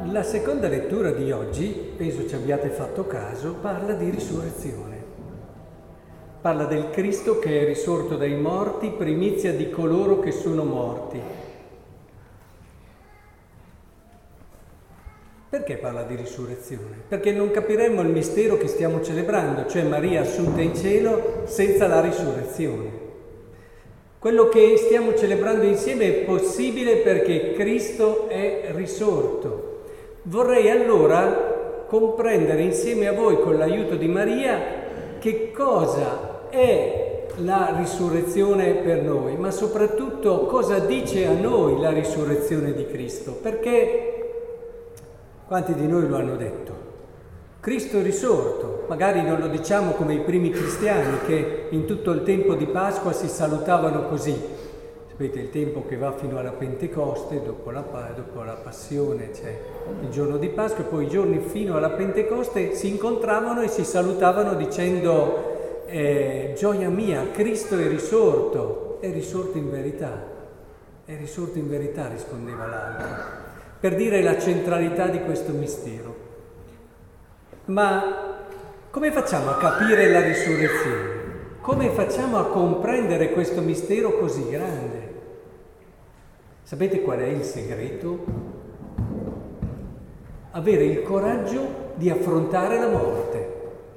La seconda lettura di oggi, penso ci abbiate fatto caso, parla di risurrezione. Parla del Cristo che è risorto dai morti, primizia di coloro che sono morti. Perché parla di risurrezione? Perché non capiremmo il mistero che stiamo celebrando, cioè Maria assunta in cielo senza la risurrezione. Quello che stiamo celebrando insieme è possibile perché Cristo è risorto. Vorrei allora comprendere insieme a voi, con l'aiuto di Maria, che cosa è la risurrezione per noi, ma soprattutto cosa dice a noi la risurrezione di Cristo. Perché quanti di noi lo hanno detto? Cristo è risorto, magari non lo diciamo come i primi cristiani che in tutto il tempo di Pasqua si salutavano così. Sapete, il tempo che va fino alla Pentecoste, dopo la Passione, c'è il giorno di Pasqua, e poi i giorni fino alla Pentecoste si incontravano e si salutavano dicendo gioia mia, Cristo è risorto in verità, rispondeva l'altro, per dire la centralità di questo mistero. Ma come facciamo a capire la risurrezione? Come facciamo a comprendere questo mistero così grande? Sapete qual è il segreto? Avere il coraggio di affrontare la morte.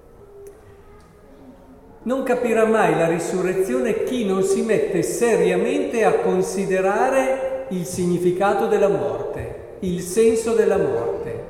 Non capirà mai la risurrezione chi non si mette seriamente a considerare il significato della morte, il senso della morte.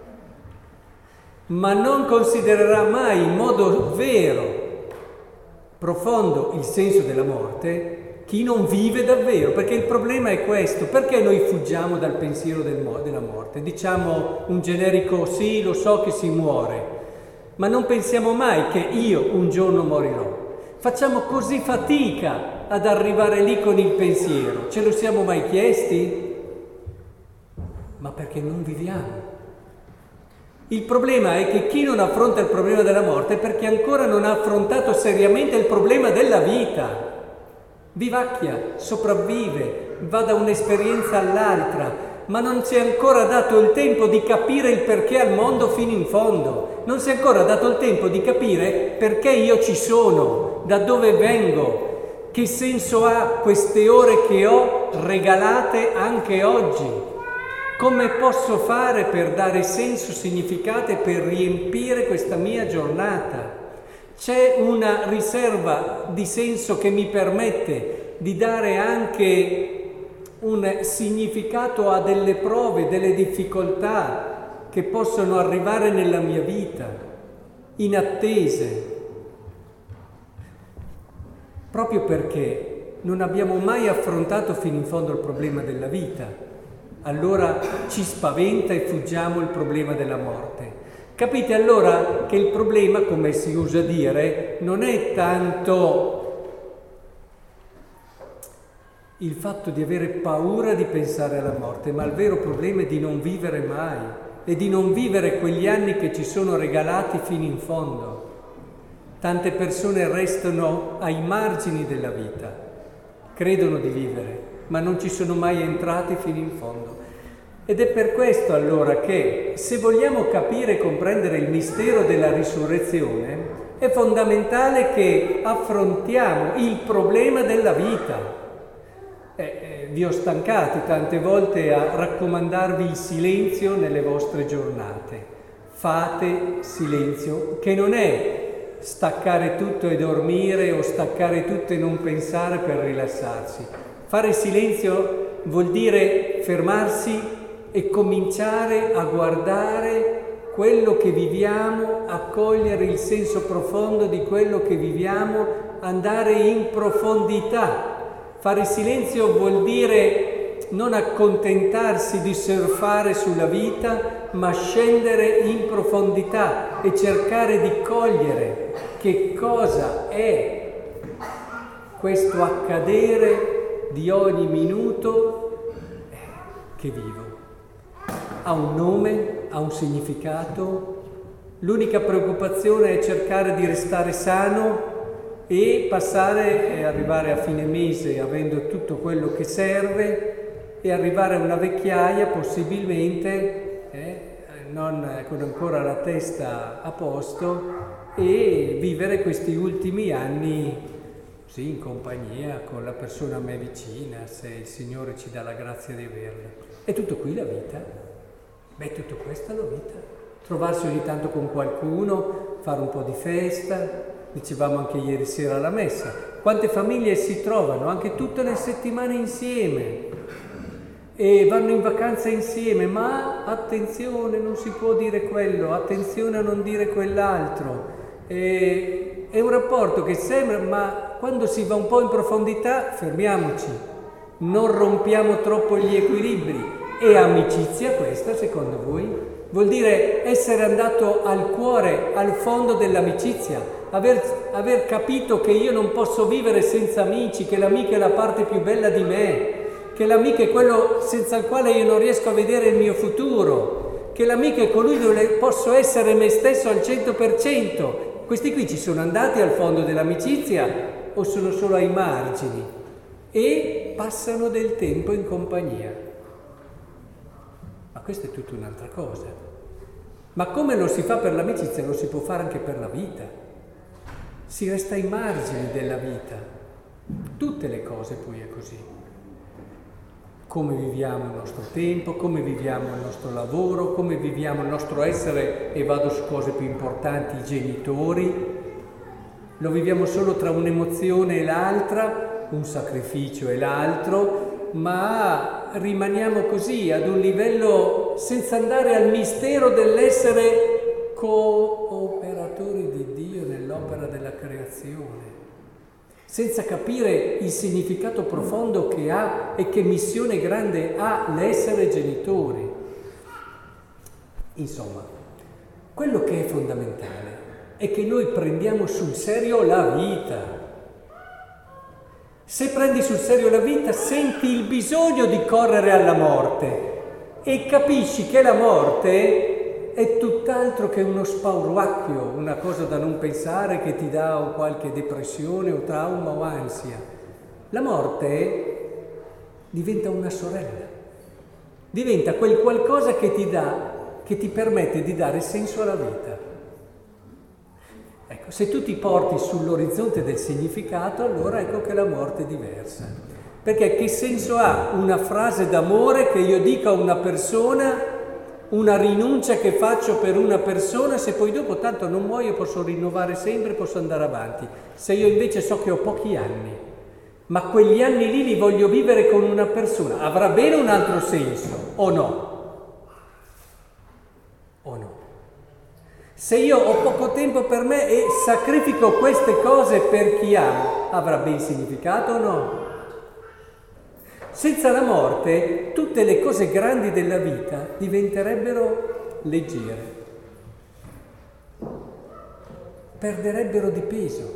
Ma non considererà mai in modo vero, profondo, il senso della morte chi non vive davvero, perché il problema è questo. Perché noi fuggiamo dal pensiero della morte? Diciamo un generico sì, lo so che si muore, ma non pensiamo mai che io un giorno morirò. Facciamo così fatica ad arrivare lì con il pensiero. Ce lo siamo mai chiesti? Ma perché non viviamo. Il problema è che chi non affronta il problema della morte è perché ancora non ha affrontato seriamente il problema della vita. Vivacchia, sopravvive, va da un'esperienza all'altra, ma non si è ancora dato il tempo di capire il perché al mondo fino in fondo. Non si è ancora dato il tempo di capire perché io ci sono, da dove vengo, che senso ha queste ore che ho regalate anche oggi. Come posso fare per dare senso, significato e per riempire questa mia giornata? C'è una riserva di senso che mi permette di dare anche un significato a delle prove, delle difficoltà che possono arrivare nella mia vita, inattese. Proprio perché non abbiamo mai affrontato fino in fondo il problema della vita, allora ci spaventa e fuggiamo il problema della morte. Capite allora che il problema, come si usa dire, non è tanto il fatto di avere paura di pensare alla morte, ma il vero problema è di non vivere mai e di non vivere quegli anni che ci sono regalati fino in fondo. Tante persone restano ai margini della vita, credono di vivere, ma non ci sono mai entrati fino in fondo. Ed è per questo allora che, se vogliamo capire e comprendere il mistero della risurrezione, è fondamentale che affrontiamo il problema della vita. Vi ho stancati tante volte a raccomandarvi il silenzio nelle vostre giornate. Fate silenzio, che non è staccare tutto e dormire o staccare tutto e non pensare per rilassarsi. Fare silenzio vuol dire fermarsi e cominciare a guardare quello che viviamo, a cogliere il senso profondo di quello che viviamo, andare in profondità. Fare silenzio vuol dire non accontentarsi di surfare sulla vita, ma scendere in profondità e cercare di cogliere che cosa è questo accadere di ogni minuto che vivo. Ha un nome, ha un significato. L'unica preoccupazione è cercare di restare sano e passare e arrivare a fine mese avendo tutto quello che serve e arrivare a una vecchiaia possibilmente non con ancora la testa a posto, e vivere questi ultimi anni sì, in compagnia, con la persona a me vicina, se il Signore ci dà la grazia di averla. È tutto qui la vita? Beh, tutto questo è la vita. Trovarsi ogni tanto con qualcuno, fare un po' di festa, dicevamo anche ieri sera alla messa. Quante famiglie si trovano anche tutte le settimane insieme e vanno in vacanza insieme, ma attenzione, non si può dire quello, attenzione a non dire quell'altro. È un rapporto che sembra, ma quando si va un po' in profondità, fermiamoci, non rompiamo troppo gli equilibri. E amicizia questa, secondo voi? Vuol dire essere andato al cuore, al fondo dell'amicizia, aver capito che io non posso vivere senza amici, che l'amico è la parte più bella di me, che l'amico è quello senza il quale io non riesco a vedere il mio futuro, che l'amico è colui dove posso essere me stesso al 100%. Questi qui ci sono andati al fondo dell'amicizia o sono solo ai margini e passano del tempo in compagnia? Ma questa è tutta un'altra cosa. Ma come lo si fa per l'amicizia, lo si può fare anche per la vita. Si resta ai margini della vita. Tutte le cose poi è così. Come viviamo il nostro tempo, come viviamo il nostro lavoro, come viviamo il nostro essere, e vado su cose più importanti, i genitori. Lo viviamo solo tra un'emozione e l'altra, un sacrificio e l'altro, ma rimaniamo così ad un livello senza andare al mistero dell'essere cooperatori di Dio nell'opera della creazione, senza capire il significato profondo che ha e che missione grande ha l'essere genitori. Insomma, quello che è fondamentale è che noi prendiamo sul serio la vita. Se prendi sul serio la vita, senti il bisogno di correre alla morte e capisci che la morte è tutt'altro che uno spauracchio, una cosa da non pensare che ti dà o qualche depressione o trauma o ansia. La morte diventa una sorella, diventa quel qualcosa che ti dà, che ti permette di dare senso alla vita. Ecco, se tu ti porti sull'orizzonte del significato, allora ecco che la morte è diversa. Perché che senso ha una frase d'amore che io dico a una persona, una rinuncia che faccio per una persona, se poi dopo tanto non muoio, posso rinnovare sempre, posso andare avanti. Se io invece so che ho pochi anni, ma quegli anni lì li voglio vivere con una persona, avrà bene un altro senso o no? O no? Se io ho poco tempo per me e sacrifico queste cose per chi amo, avrà ben significato o no? Senza la morte, tutte le cose grandi della vita diventerebbero leggere, perderebbero di peso.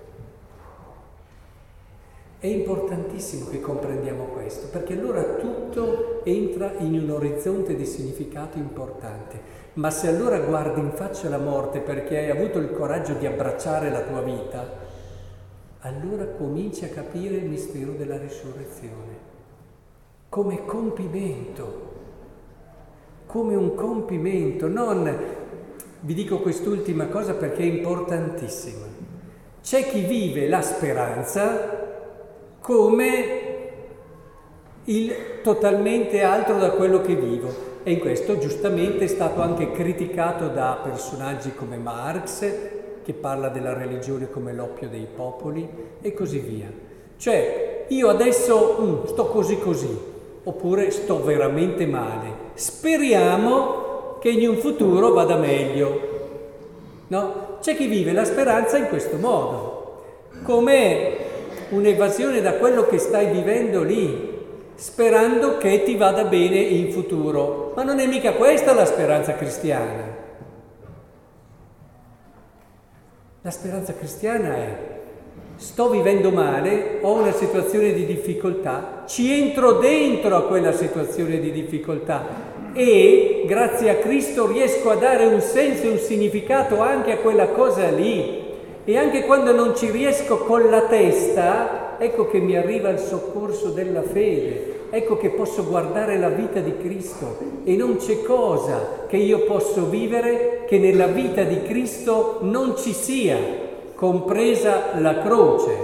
È importantissimo che comprendiamo questo, perché allora tutto entra in un orizzonte di significato importante. Ma se allora guardi in faccia la morte perché hai avuto il coraggio di abbracciare la tua vita, allora cominci a capire il mistero della risurrezione. Come compimento, come un compimento, non, vi dico quest'ultima cosa perché è importantissima. C'è chi vive la speranza come il totalmente altro da quello che vivo, e in questo giustamente è stato anche criticato da personaggi come Marx, che parla della religione come l'oppio dei popoli, e così via. Cioè, io adesso sto così, oppure sto veramente male. Speriamo che in un futuro vada meglio. No? C'è chi vive la speranza in questo modo, come un'evasione da quello che stai vivendo lì, sperando che ti vada bene in futuro. Ma non è mica questa la speranza cristiana. La speranza cristiana è: sto vivendo male, ho una situazione di difficoltà, ci entro dentro a quella situazione di difficoltà e grazie a Cristo riesco a dare un senso e un significato anche a quella cosa lì. E anche quando non ci riesco con la testa, ecco che mi arriva il soccorso della fede, ecco che posso guardare la vita di Cristo e non c'è cosa che io posso vivere che nella vita di Cristo non ci sia, compresa la croce.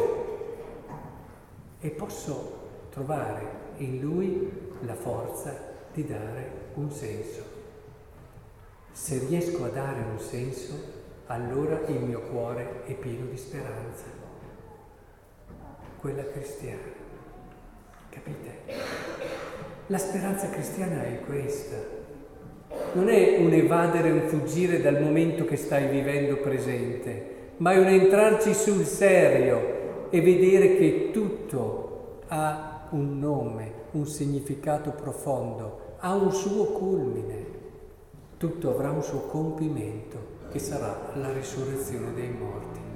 E posso trovare in Lui la forza di dare un senso. Se riesco a dare un senso, allora il mio cuore è pieno di speranza, quella cristiana. Capite? La speranza cristiana è questa. Non è un evadere, un fuggire dal momento che stai vivendo presente, ma è un entrarci sul serio e vedere che tutto ha un nome, un significato profondo, ha un suo culmine. Tutto avrà un suo compimento, che sarà la risurrezione dei morti.